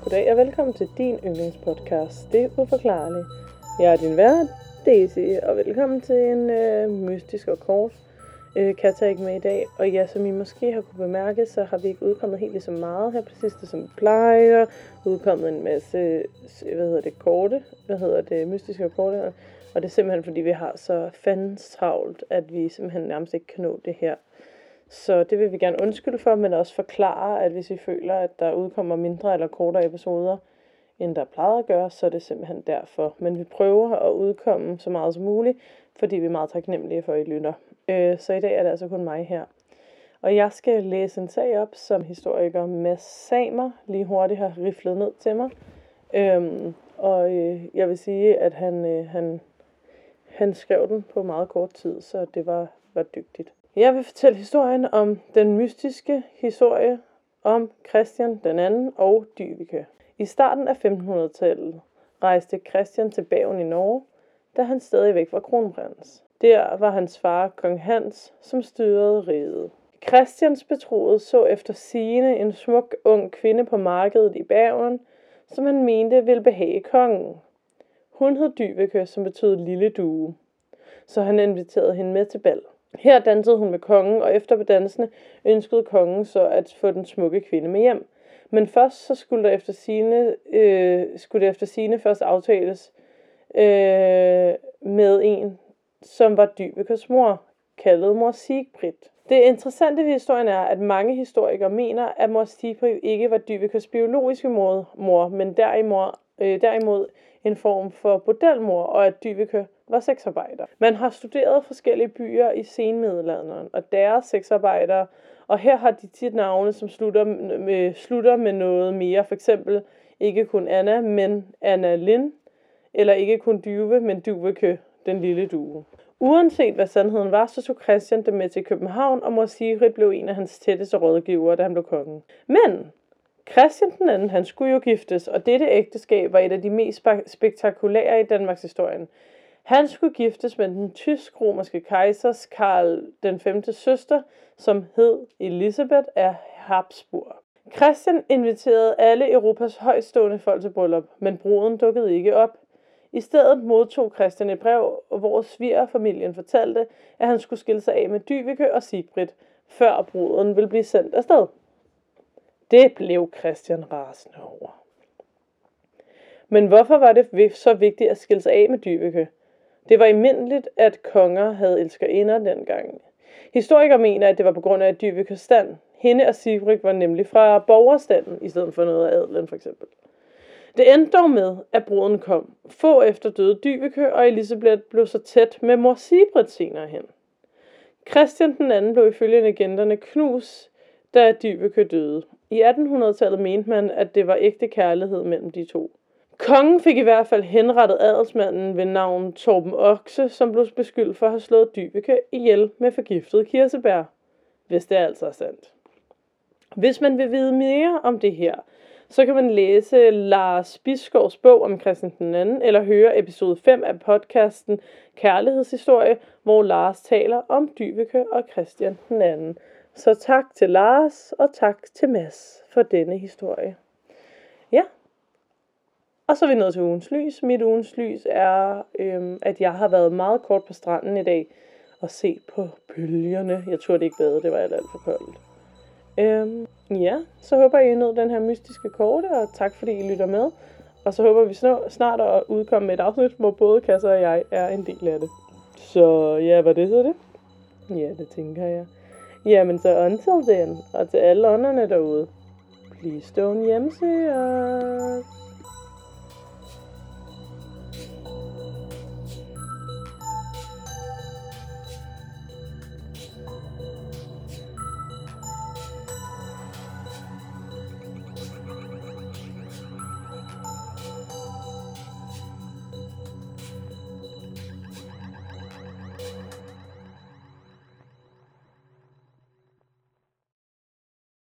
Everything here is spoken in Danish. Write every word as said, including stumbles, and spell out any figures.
Goddag og velkommen til din yndlingspodcast, Det Uforklarlige. Jeg er din vært, Daisy, og velkommen til en øh, mystisk og kort øh, Katja ikke med i dag. Og ja, som I måske har kunne bemærke, så har vi ikke udkommet helt lige så meget her på sidste, som vi plejer. Udkommet en masse, hvad hedder det, korte, hvad hedder det, mystiske og korte. Og det er simpelthen fordi, vi har så fandens travlt, at vi simpelthen nærmest ikke kan nå det her. Så det vil vi gerne undskylde for, men også forklare, at hvis I føler, at der udkommer mindre eller kortere episoder, end der plejer at gøre, så er det simpelthen derfor. Men vi prøver at udkomme så meget som muligt, fordi vi er meget taknemmelige for, at I lytter. Øh, så i dag er det altså kun mig her. Og jeg skal læse en sag op, som historiker Mads Samer lige hurtigt har riflet ned til mig. Øhm, og øh, jeg vil sige, at han, øh, han, han skrev den på meget kort tid, så det var, var dygtigt. Jeg vil fortælle historien om den mystiske historie om Christian den anden og Dyveke. I starten af femtenhundredetallet rejste Christian til Bergen i Norge, da han stadig væk var kronprins. Der var hans far, kong Hans, som styrede riget. Christians betroede så efter sigende en smuk ung kvinde på markedet i Bergen, som han mente ville behage kongen. Hun hed Dyveke, som betød lille due, så han inviterede hende med til bal. Her dansede hun med kongen, og efter dansene ønskede kongen så at få den smukke kvinde med hjem. Men først så skulle der efter sigende, øh, skulle det efter sigende først aftales øh, med en, som var Dyvekes mor, kaldet mor Sigbrit. Det interessante ved historien er, at mange historikere mener, at mor Sigbrit ikke var Dyvekes biologiske mor, mor men derimod, øh, derimod en form for bordelmor, og at Dyveke var sexarbejder. Man har studeret forskellige byer i senmiddelalderen og deres sexarbejdere, og her har de tit navne, som slutter med, slutter med noget mere. For eksempel ikke kun Anna, men Anna Lind, eller ikke kun Dyve, men Dyveke, den lille due. Uanset hvad sandheden var, så tog Christian dem med til København, og mor Sigrid blev en af hans tætteste rådgivere, da han blev kongen. Men Christian den anden, han skulle jo giftes, og dette ægteskab var et af de mest spektakulære i Danmarks historie. Han skulle giftes med den tysk-romerske kejsers Karl den femte søster, som hed Elisabeth af Habsburg. Christian inviterede alle Europas højstående folk til bryllup, men bruden dukkede ikke op. I stedet modtog Christian et brev, hvor svigerfamilien fortalte, at han skulle skille sig af med Dyveke og Sigbrit, før bruden ville blive sendt afsted. Det blev Christian rasende over. Men hvorfor var det så vigtigt at skille sig af med Dyveke? Det var almindeligt, at konger havde elskerinder dengang. Historikere mener, at det var på grund af Dyvekes stand. Hende og Sigbrit var nemlig fra borgerstanden, i stedet for noget af adelen for eksempel. Det endte dog med, at bruden kom. Få efter døde Dyveke, og Elisabeth blev så tæt med mor Sigbrit senere hen. Christian den anden blev ifølge legenderne knust, da Dyveke døde. I attenhundredetallet mente man, at det var ægte kærlighed mellem de to. Kongen fik i hvert fald henrettet adelsmanden ved navn Torben Oxe, som blev beskyldt for at have slået Dyveke ihjel med forgiftet kirsebær. Hvis det altså er sandt. Hvis man vil vide mere om det her, så kan man læse Lars Bisgaards bog om Christian den anden, eller høre episode fem af podcasten Kærlighedshistorie, hvor Lars taler om Dyveke og Christian den anden. Så tak til Lars, og tak til Mads for denne historie. Ja. Og så er vi nået til ugens lys. Mit ugens lys er, øhm, at jeg har været meget kort på stranden i dag og set på bølgerne. Jeg tror det ikke bade, det var alt, alt for koldt. Øhm, ja, så håber I nød den her mystiske korte, og tak fordi I lytter med. Og så håber vi snart at udkomme med et afsnit, hvor både Kasser og jeg er en del af det. Så ja, var det så det? Ja, det tænker jeg. Jamen så until then, og til alle ånderne derude, please don't hjemse os.